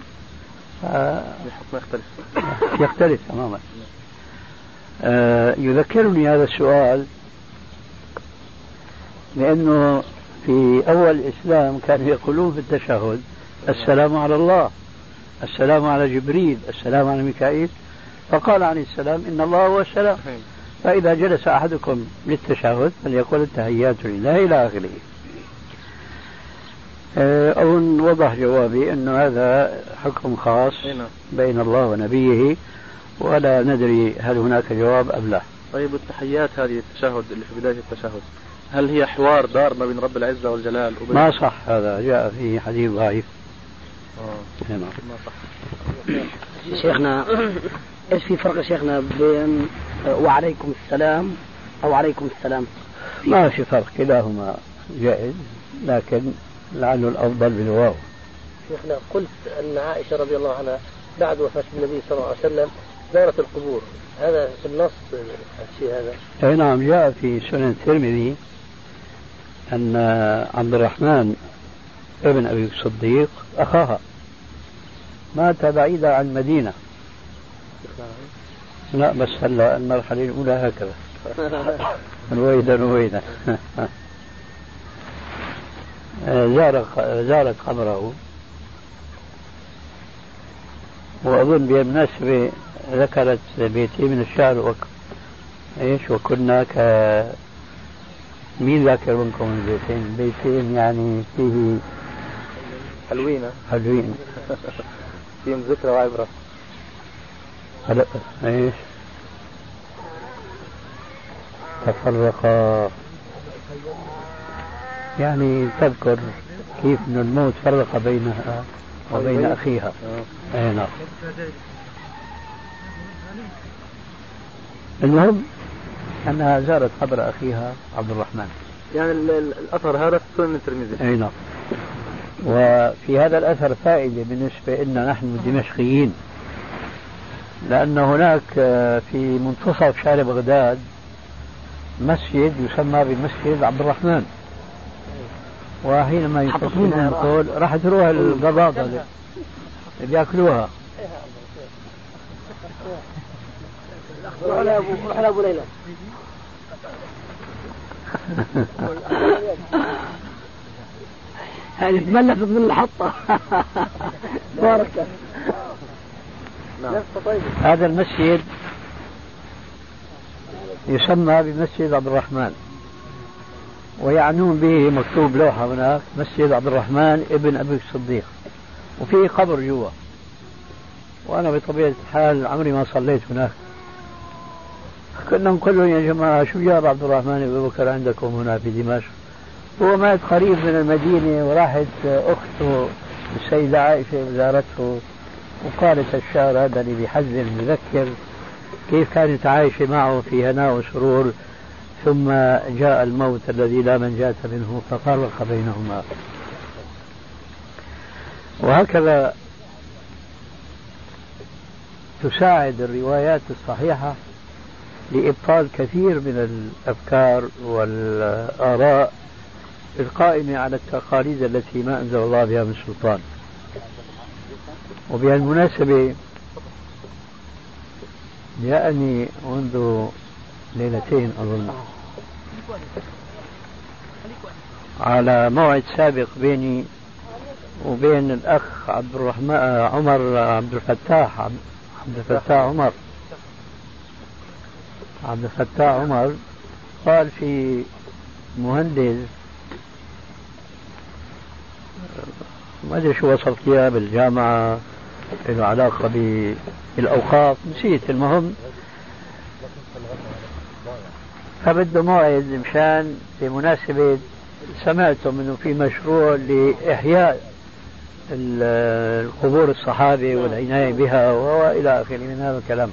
يختلف تماما. يذكرني هذا السؤال لأنه في أول الإسلام كانوا يقولون في التشهد السلام على الله، السلام على جبريل، السلام على ميكائيل، فقال عليه السلام إن الله هو السلام. فإذا جلس أحدكم للتشهد فليقول التحيات لله إلى آخره. أظن وضح جوابي أن هذا حكم خاص بين الله ونبيه، ولا ندري هل هناك جواب أم لا. طيب التحيات هذه التشهد اللي في بداية التشهد هل هي حوار دار ما بين رب العزة والجلال ما صح، هذا جاء في حديث ضعيف. ما صح. شيخنا ايش في فرق شيخنا بين وعليكم السلام او عليكم السلام؟ ما في فرق، كلاهما جائز، لكن لعله الافضل بالواو. شيخنا قلت ان عائشه رضي الله عنها بعد وفاه النبي صلى الله عليه وسلم زارت القبور، هذا في النص الشيء هذا؟ اي نعم، جاء في سنن الترمذي ان عبد الرحمن ابن ابي الصديق اخاها مات بعيدا عن المدينه. لا بس هلا المرحله الاولى هكذا رويدا زارت قبره. وأظن بالمناسبة ذكرت بيتين من الشعر وكنا مين ذاكر منكم البيتين؟ بيتين يعني فيه حلوين فيهم ذكرى وعبرة. هلا ايش؟ تفرقا، يعني تذكر كيف ان الموت فرق بينها وبين اخيها. اي نعم. المهم انها زارت قبر اخيها عبد الرحمن. يعني الاثر هذا في سنن الترمذي. اي نعم. وفي هذا الاثر فائده بالنسبه لنا نحن الدمشقيين، لان هناك في منتصف شارع بغداد مسجد يسمى بمسجد عبد الرحمن، وحينما يتصلون القول راح تروح القضاضة اللي بياكلوها. روح لأبو ليلى. هذه تملك من الحطة. بارك. هذا المسجد يسمى بمسجد عبد الرحمن، ويعنون به مكتوب لوحة هناك مسجد عبد الرحمن ابن أبي الصديق، وفيه قبر جوا. وأنا بطبيعة الحال عمري ما صليت هناك. كنا نقول لهم يا جماعة شو جاب عبد الرحمن أبي بكر عندكم هنا في دمشق؟ هو مات قريب من المدينة، وراحت أخته السيدة عائشة زارته، وقالت الشعر هذا اللي بيحزن بذكر كيف كانت عايشة معه في هناء وسرور، ثم جاء الموت الذي لا منجاة منه ففرق بينهما. وهكذا تساعد الروايات الصحيحة لإبطال كثير من الأفكار والآراء القائمة على التقاليد التي ما أنزل الله بها من سلطان. وبهالمناسبة جاءني منذ ليلتين أظن على موعد سابق بيني وبين الأخ عبد الرحمن عمر عبد الفتاح عمر قال في مهندس ما أدري شو وصلت إياه بالجامعة له علاقة بالأوقاف نسيت، المهم فبده موعد مشان بمناسبة سمعتم انه في مشروع لإحياء القبور الصحابة والعناية بها وإلى آخره من هذا الكلام.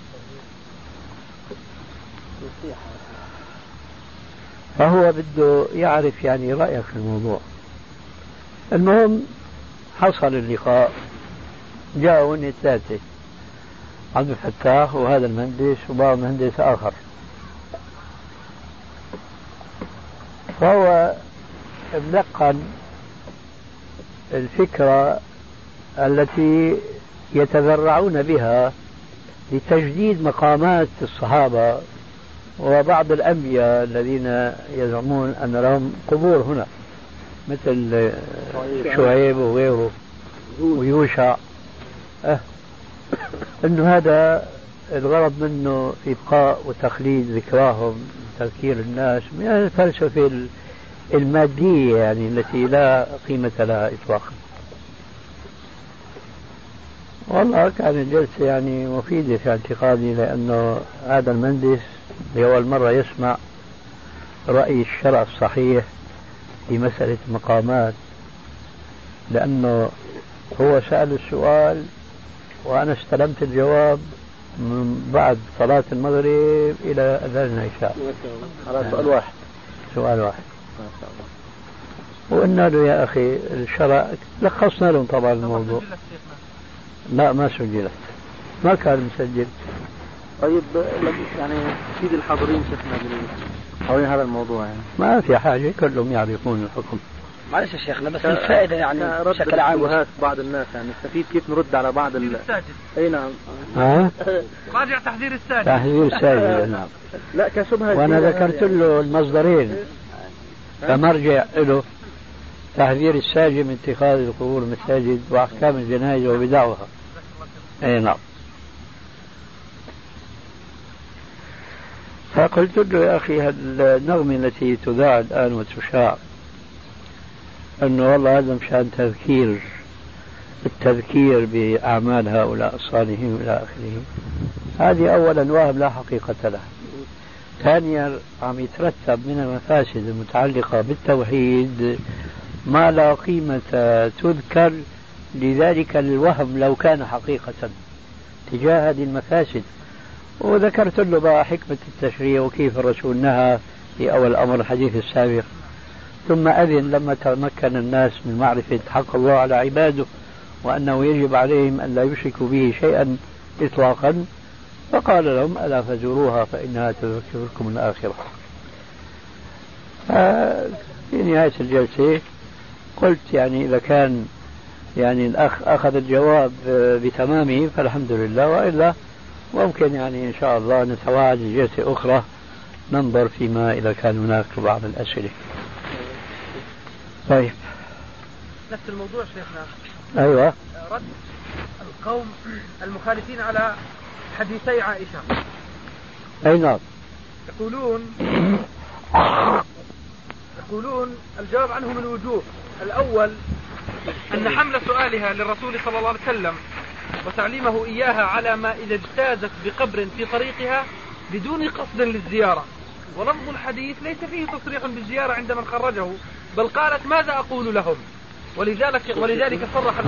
فهو بده يعرف يعني رأيك في الموضوع. المهم حصل اللقاء، جاءوا ثلاثة، عبد الفتاح وهذا المهندس وبعض مهندس آخر. فهو ملقن الفكرة التي يتذرعون بها لتجديد مقامات الصحابة وبعض الأنبياء الذين يزعمون أن لهم قبور هنا مثل شعيب وغيره ويوشع، أنه هذا الغرض منه إبقاء وتخليد ذكراهم، تذكير الناس من الفلسفة المادية يعني التي لا قيمة لها إطلاقا. والله كان الجلسة يعني مفيدة في اعتقادي، لأنه هذا المهندس لأول مرة يسمع رأي الشرع الصحيح في مسألة المقامات، لأنه هو سأل السؤال وأنا استلمت الجواب من بعد صلاة المغرب إلى أذان العشاء على سؤال واحد وقلنا له يا أخي الشرع، لخصنا لهم طبعا الموضوع. لا ما سجلت، ما كان مسجل. طيب يعني سيد الحاضرين شفنا حوالين هذا الموضوع يعني ما في حاجة، كلهم يعرفون الحكم. معلش يا شيخنا بس الفائدة يعني بشكل عام بعض الناس يعني نستفيد كيف نرد على بعض اي نعم. راجع تحذير الساجد. تحذير الساجد نعم. لا كشبهة، وانا ذكرت له المصدرين كمرجع له: تحذير الساجد من اتخاذ القبور مساجد، واحكام الجنائز وبدعوها. اي نعم. فقلت له يا اخي النغمة التي تذاع الان وتشاع أنه والله هذا مشان التذكير بأعمال هؤلاء الصالحين إلى آخره، هذه أولا وهم لا حقيقة له. ثانيا عم يترتب من المفاسد المتعلقة بالتوحيد ما لا قيمة تذكر لذلك الوهم لو كان حقيقة تجاه هذه المفاسد. وذكرت له بقى حكمة التشريع وكيف الرسول نهى في أول أمر الحديث السابق، ثم أذن لما تمكن الناس من معرفة حق الله على عباده وأنه يجب عليهم أن لا يشركوا به شيئا إطلاقا، فقال لهم: ألا فزوروها فإنها تذكركم الآخرة. في نهاية الجلسة قلت يعني إذا كان يعني الأخ أخذ الجواب بتمامه فالحمد لله، وإلا ممكن يعني إن شاء الله نتواعد جلسة أخرى ننظر فيما إذا كان هناك بعض الأسئلة. طيب نفس الموضوع شيخنا. أيوة. رد القوم المخالفين على حديثي عائشة. أي نعم. يقولون الجواب عنه من وجوه: الأول أن حمل سؤالها للرسول صلى الله عليه وسلم وتعليمه إياها على ما إذا اجتازت بقبر في طريقها بدون قصد للزيارة، ولفظ الحديث ليس فيه تصريح بالزيارة عند من خرجه، بل قالت: ماذا أقول لهم؟ ولذلك صرح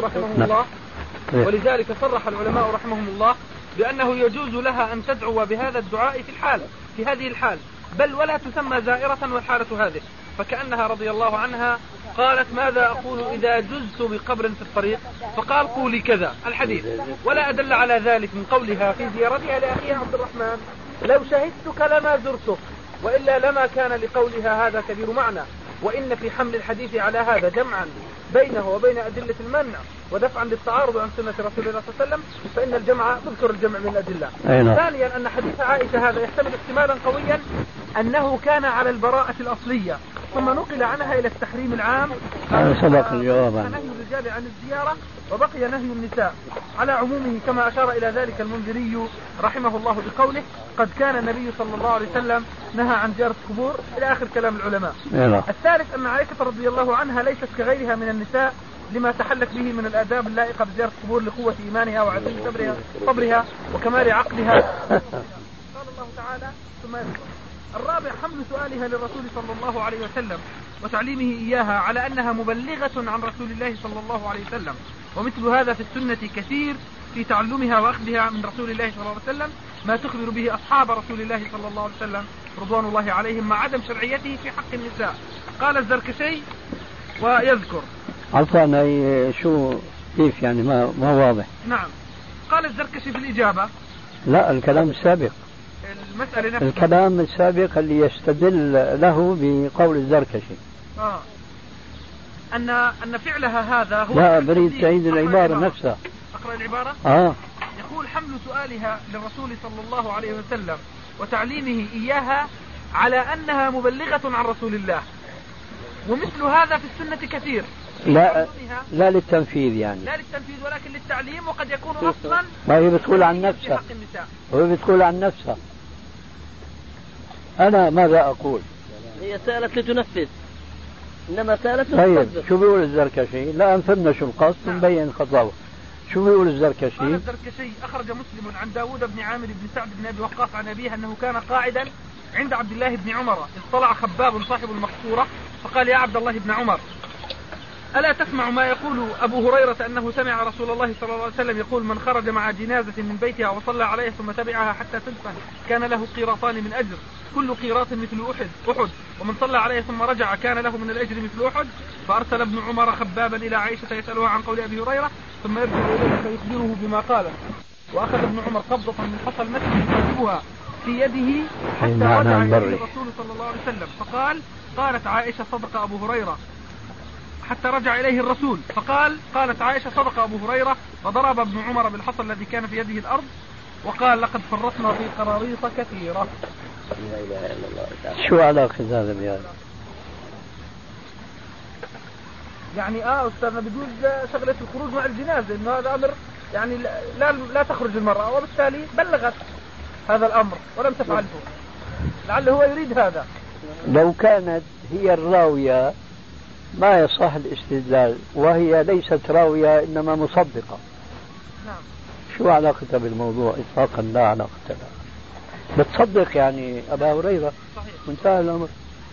العلماء رحمهم الله بأنه يجوز لها أن تدعو بهذا الدعاء في هذه الحال، بل ولا تسمى زائرة والحالة هذه، فكأنها رضي الله عنها قالت: ماذا أقول إذا جزت بقبر في الطريق؟ فقال: قولي كذا الحديث، ولا أدل على ذلك من قولها في زيارتها لأخيها عبد الرحمن: لو شهدتك لما زرتك، وإلا لما كان لقولها هذا كبير معنى. وإن في حمل الحديث على هذا جمعا بينه وبين أدلة المنع ودفعا للتعارض عن سنة رسول الله صلى الله عليه وسلم، فإن الجمع تذكر الجمع من الأدلة. ثانيا أن حديث عائشة هذا يحتمل احتمالا قويا أنه كان على البراءة الأصلية ثم نقل عنها إلى التحريم العام. سبق الجواب عنه. نهي الرجال عن الزيارة وبقي نهي النساء على عمومه كما أشار إلى ذلك المنذري رحمه الله بقوله قد كان النبي صلى الله عليه وسلم نهى عن زيارة القبور إلى آخر كلام العلماء. الثالث أن عائشة رضي الله عنها ليست كغيرها من النساء لما تحلت به من الآداب اللائقة بزيارة القبور لقوة إيمانها وعزيز صبرها وكمال عقلها. قال الله تعالى ثم يذكر. الرابع حمل سؤالها للرسول صلى الله عليه وسلم وتعليمه إياها على أنها مبلغة عن رسول الله صلى الله عليه وسلم، ومثل هذا في السنة كثير في تعلمها وأخذها من رسول الله صلى الله عليه وسلم ما تخبر به أصحاب رسول الله صلى الله عليه وسلم رضوان الله عليهم مع عدم شرعيته في حق النساء. قال الزركشي ويذكر عطانا شو كيف يعني ما واضح. نعم قال الزركشي في الإجابة لا الكلام السابق المسألة نفسها. الكلام السابق اللي يستدل له بقول الزركشي أن فعلها هذا هو. لا بريد تعيد العبارة نفسها. أقرأ العبارة. يقول حمل سؤالها للرسول صلى الله عليه وسلم وتعليمه إياها على أنها مبلغة عن رسول الله، ومثل هذا في السنة كثير. لا للتنفيذ يعني. لا للتنفيذ ولكن للتعليم، وقد يكون أصلا. ما هي بتقول عن نفسها. هو بتقول عن نفسها. أنا ماذا أقول؟ هي سألت لتنفذ، إنما سألت طيب شو بيقول الزركشي؟ لا أنفذنا شو القصد نبين خطأه. شو بيقول الزركشي؟ قال الزركشي أخرج مسلم عن داود بن عامر بن سعد بن أبي وقاص عن أبيه أنه كان قاعدا عند عبد الله بن عمر، اطلع خباب صاحب المقصورة فقال يا عبد الله بن عمر ألا تسمع ما يقول أبو هريرة أنه سمع رسول الله صلى الله عليه وسلم يقول من خرج مع جنازة من بيتها وصلى عليها ثم تبعها حتى تدفن كان له قيراطان من أجر، كل قيراط مثل أحد، ومن صلى عليها ثم رجع كان له من الأجر مثل أحد. فأرسل ابن عمر خبابا إلى عائشة يسألها عن قول أبي هريرة ثم يرجع إليه فيخبره بما قال. وأخذ ابن عمر قبضة من حصى المسجد يقلبها في يده حتى رجع إليه الرسول صلى الله عليه وسلم فقال قالت عائشة صدق أبو هريرة حتى رجع إليه الرسول قالت عائشة صدق أبو هريرة، فضرب ابن عمر بالحصى الذي كان في يده الأرض وقال لقد فرطنا في قراريط كثيرة. لا إله إلا الله. شو علاقة هذا بهذا؟ يعني أستاذنا بيجوز شغلة الخروج مع الجنازة إنه هذا أمر يعني لا تخرج المرأة، وبالتالي بلغت هذا الأمر ولم تفعله، لعله هو يريد هذا. لو كانت هي الراوية ما يصح الاستدلال، وهي ليست راوية إنما مصدقة. نعم. شو علاقتها بالموضوع؟ إطلاقا لا علاقة لها. بتصدق يعني أبا هريرة. صحيح. وانتهى الأمر.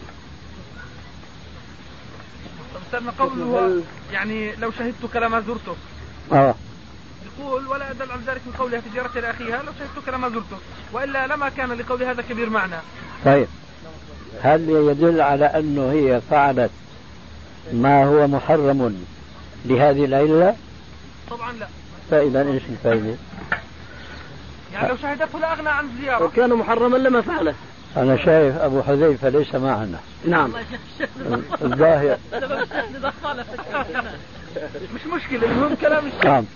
استاذنا قوله يعني لو شهدتك لما زرتك. يقول ولا يدل عن ذلك من قولها في زيارة لأخيها لو شهدتك لما زرتك، وإلا لما كان لقول هذا كبير معنى. طيب هل يدل على أنه هي فعلت ما هو محرم لهذه العلة؟ طبعا لا. فإذا إيش الفائدة؟ يعني لو شهدته لا أغنى عن الزيارة. لو كان محرما لما فعله. أنا شايف أبو حذيفة ليس معنا. نعم. الظاهر. مش مشكلة، المهم كلام الشيخ. نعم.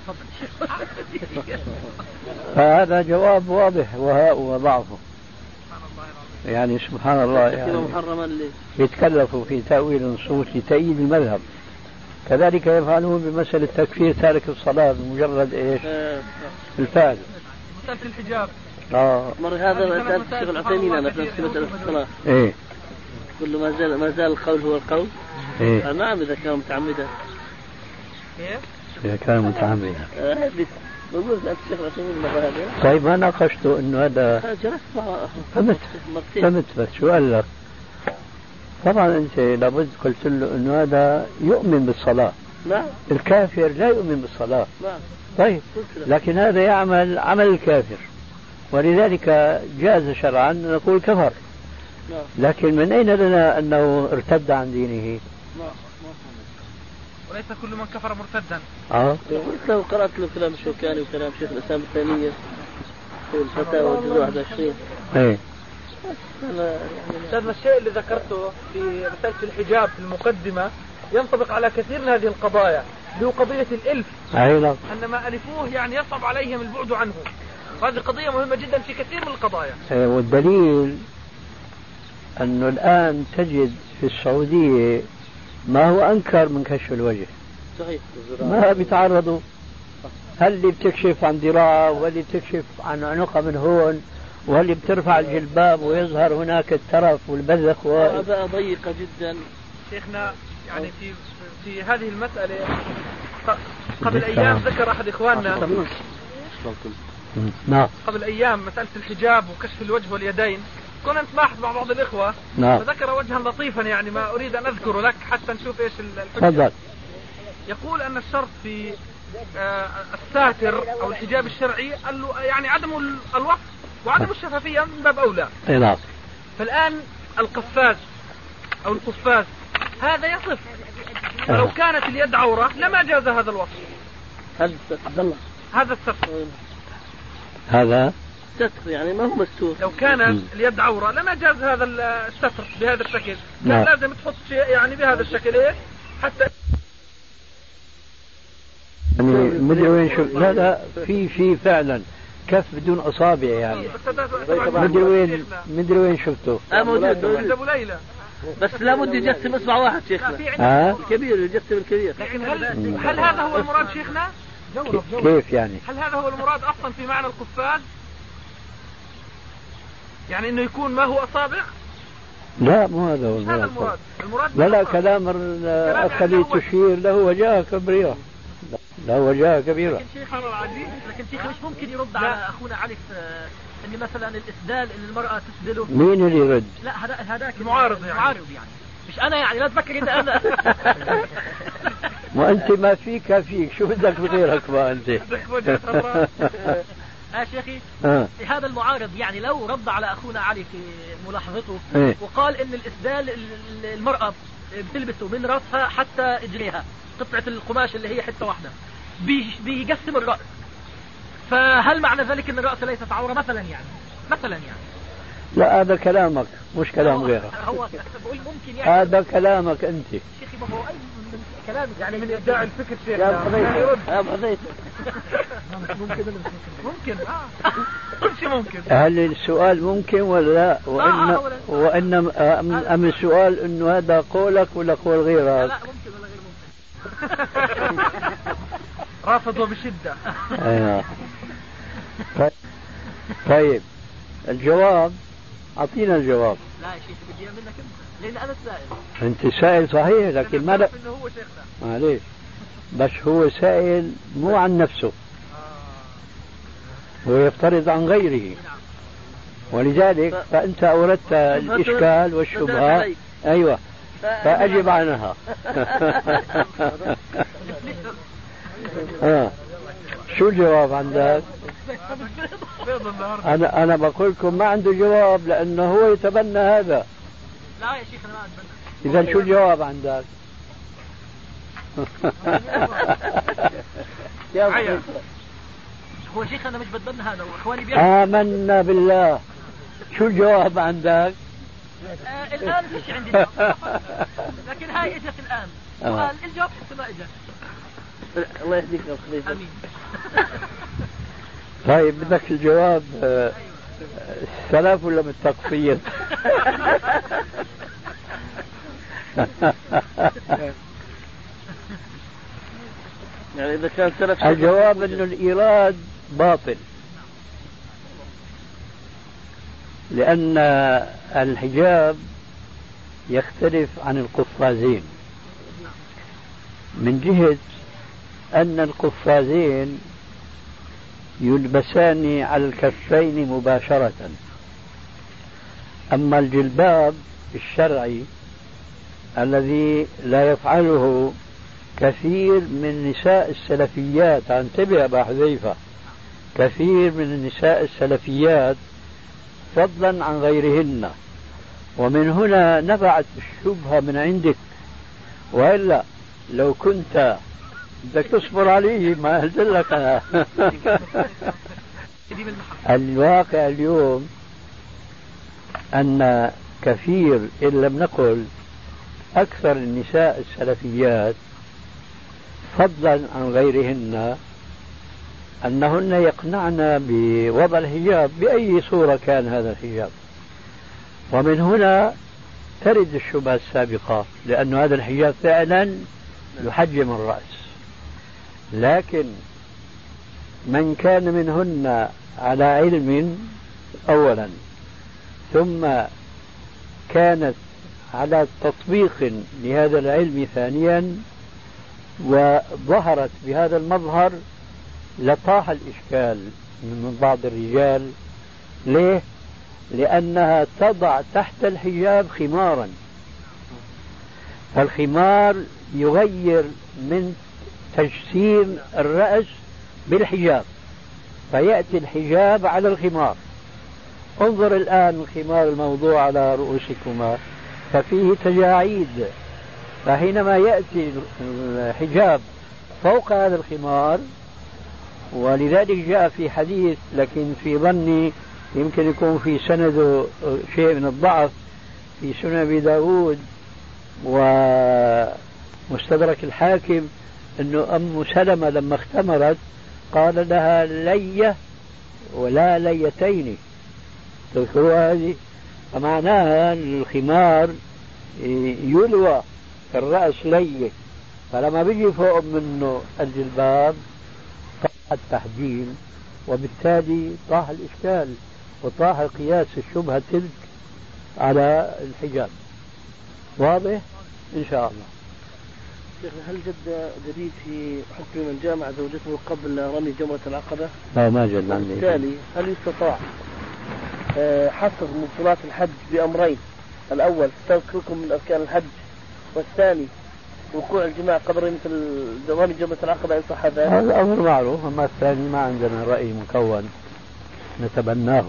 فهذا جواب واضح وهاء وضعفه. يعني سبحان الله يعني يتكلفوا في تأويل النصوص لتأييد المذهب، كذلك يفعلون بمسألة تكفير تارك الصلاة بمجرد إيش؟ الفعل. مسألة الحجاب. مر هذا مسألة الشيخ العثيمين أنا في مسألة الصلاة. إيه. كل ما زال القول هو القول. إيه. نعم إذا كان متعمدا. إيه؟ إذا كان متعمدا. بقول الشيخ العثيمين مرة هذه. طيب ما ناقشته إنه هذا. فهمت بس شو قال لك؟ طبعا أنت لابد قلت له إنه هذا يؤمن بالصلاة. نعم. الكافر لا يؤمن بالصلاة. نعم. طيب لكن هذا يعمل عمل الكافر، ولذلك جاز شرعا نقول كفر. لكن من أين لنا أنه ارتد عن دينه؟ وليس كل من كفر مرتدا. لو قرأت له كلام الشوكاني وكلام شيخ الإسلام الثانية في الفتاوى الجزء 21. ايه. أستاذنا الشيء اللي ذكرته في مسألة الحجاب في المقدمة ينطبق على كثير من هذه القضايا، اللي هو قضية الإلف. أن ما ألفوه يعني يصعب عليهم البعد عنه. هذه قضية مهمة جدا في كثير من القضايا. والدليل أنه الآن تجد في السعودية ما هو أنكر من كشف الوجه. صحيح. ما بيتعرضوا. هل اللي بتكشف عن ذراع واللي بتكشف عن عنقها من هون واللي بترفع الجلباب ويظهر هناك الترف والبذخ وأباء ضيقة جدا. شيخنا يعني في هذه المسألة قبل أيام ذكر أحد إخواننا قبل أيام مسألة الحجاب وكشف الوجه واليدين. كنا نتباحث مع بعض الإخوة فذكر وجها لطيفا يعني ما أريد أن أذكره لك حتى نشوف إيش الحجة. يقول أن الشرط في الساتر أو الحجاب الشرعي يعني عدم الوصف وعدم الشفافية من باب أولى. فالآن القفاز أو القفاز هذا يصف، لو كانت اليد عورة لما جاز هذا الوصف. هذا الستر هذا ستر يعني ما هو مستور. لو كانت اليد عورة لما جاز هذا الستر بهذا الشكل. كان لازم تحط شيء يعني بهذا الشكل إيه حتى يعني مدري وين شو. لا في فعلا كف بدون أصابع يعني. مدري وين شفته. موجود أبو ليلى بس لابد يجسم إصبع واحد شيخنا. الكبير يجسم الكبير. لكن هل هذا هو المراد شيخنا؟ كيف يعني؟ هل هذا هو المراد أصلا في معنى القفاز؟ يعني إنه يكون ما هو أصابع؟ لا مو هذا هو المراد. لا كلام الأخ اللي تشير له وجهة كبيرة. لا وجهة كبيرة. لكن شيخ مش ممكن يرد على أخونا علي إن مثلا الإسدال إن المرأة تسدله. مين اللي يرد؟ لا هذاك المعارض يعني. مش أنا يعني لا تفكر إن أنا. ما أنت ما فيك شو بدك بغيرك ما أنت. شيخي هذا المعارض يعني لو رد على أخونا علي في ملاحظته وقال إن الإسدال المرأة بتلبسه من رأسها حتى إجريها قطعة القماش اللي هي حتة واحدة بيقسم الرأس، فهل معنى ذلك ان الرأس ليست عورة مثلا يعني؟ لا هذا كلامك مش كلام غيرك. هو بقول ممكن يعني هذا كلامك انت شيخي. ما هو من كلامك يعني من ابداع الفكر شيخ. ممكن كل شيء ممكن. هل السؤال ممكن ولا لا؟ وإن أم السؤال انه هذا قولك ولا قول غيرك؟ لا ممكن ولا غير ممكن. رافضوا بشدة. طيب الجواب أعطينا الجواب. لا يا شيخ بدي منك انت لان انا السائل. انت سائل صحيح لكن ما هو شيخنا معليش بس هو سائل مو عن نفسه هو يفترض عن غيره ولذلك فأنت أوردت الإشكال والشبهة. أيوة فأجب عنها. شو الجواب عندك؟ أنا بقول لكم ما عنده جواب لأنه هو يتبنى هذا. لا يا شيخ أنا ما أتبنى. إذا شو الجواب عندك؟ هو شيخ أنا مش بتبنى هذا وإخواني آمنا بالله. شو الجواب عندك؟ الآن فيش عندي جواب لكن هاي إجت الآن وقال الجواب حتى ما إجت. الله يهديك يا خليفة. آمين. طيب بدك الجواب السلف ولا بالتقصير؟ يعني إذا كان سلف الجواب إنه الإيراد باطل لأن الحجاب يختلف عن القفازين من جهة أن القفازين يلبسان على الكفين مباشرة، أما الجلباب الشرعي الذي لا يفعله كثير من نساء السلفيات، انتبه أبا حذيفة، كثير من النساء السلفيات فضلا عن غيرهن، ومن هنا نبعت الشبهة من عندك، وإلا لو كنت بدك تصبر عليه ما قلت لك أنا. الواقع اليوم أن كثير إن لم نقل أكثر النساء السلفيات فضلا عن غيرهن أنهن يقنعن بوضع الحجاب بأي صورة كان هذا الحجاب، ومن هنا ترد الشبهة السابقة، لأن هذا الحجاب فعلا يحجم الرأس. لكن من كان منهن على علم أولا، ثم كانت على تطبيق لهذا العلم ثانيا، وظهرت بهذا المظهر، لطاح الإشكال من بعض الرجال. ليه؟ لأنها تضع تحت الحجاب خمارا، فالخمار يغير من تجسيم الرأس بالحجاب، فيأتي الحجاب على الخمار. انظر الآن الخمار الموضوع على رؤوسكما ففيه تجاعيد، فحينما يأتي الحجاب فوق هذا الخمار، ولذلك جاء في حديث، لكن في ظني يمكن يكون في سنده شيء من الضعف، في سنن أبي داود ومستدرك الحاكم، أنه أم سلمة لما اختمرت قال لها لية ولا ليتين، تذكروا هذه؟ فمعناها الخمار يلوى في الرأس لية، فلما بيجي فوق منه الجلباب طاح التحجيم، وبالتالي طاح الإشكال وطاح قياس الشبهة تلك على الحجاب. واضح؟ إن شاء الله. هل جديد في حكم من جامع زوجته قبل رمي جمرة العقبة؟ لا، ما جد. بالتالي هل يستطاع حصر مبطلات الحج بأمرين؟ الأول ترك ركن من أركان الحج، والثاني وقوع الجماع قبل مثل رمي جمرة العقبة إن صح ذلك؟ هذا الأمر معروف، أما الثاني ما عندنا رأي مكون نتبناه،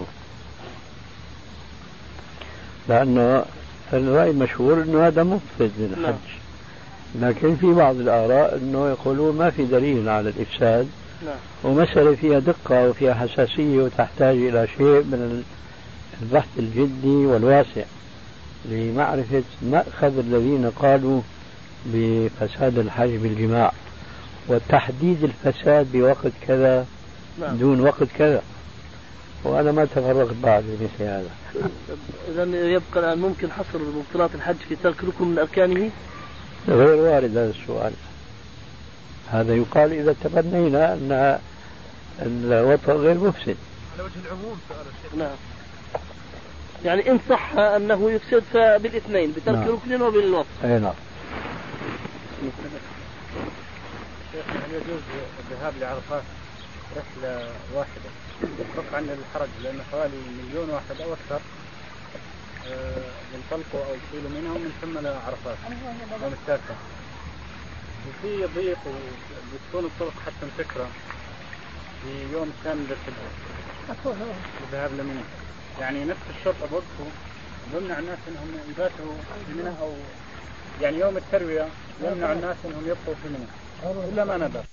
لأنه الرأي المشهور أنه هذا مفسد للحج. لكن في بعض الآراء أنه يقولون ما في دليل على الإفساد، ومسألة فيها دقة وفيها حساسية وتحتاج إلى شيء من البحث الجدي والواسع لمعرفة مأخذ الذين قالوا بفساد الحج بالجماع، وتحديد الفساد بوقت كذا دون وقت كذا، وأنا ما تفرغت بعد مثل هذا. إذن يبقى الآن ممكن حصر مبطلات الحج في ترك ركن من أركانه؟ غير وارد هذا السؤال. هذا يقال إذا تبنينا أن الوطن غير مفسد على وجه العموم. نعم، يعني إن صح أنه يفسد فبالاثنين، بترك ركن وبالوطن. أي نعم. هل يجوز الذهاب لعرفات رحلة واحدة يتوقع عن الحرج، لأن حوالي 1,000,000 واحد أو أكثر ينطلقوا أو يصلوا منهم من ثم لعرفات يوم التاسع، وفي ضيق وبتكون الطرق حتى مسكرة في يوم الثامن للحجة الذهاب لمنى. يعني نفس الشرطة بوقفوا يمنع الناس انهم يباتوا في منى، او يعني يوم التروية يمنع الناس انهم يبقوا في منى الا ما ندر.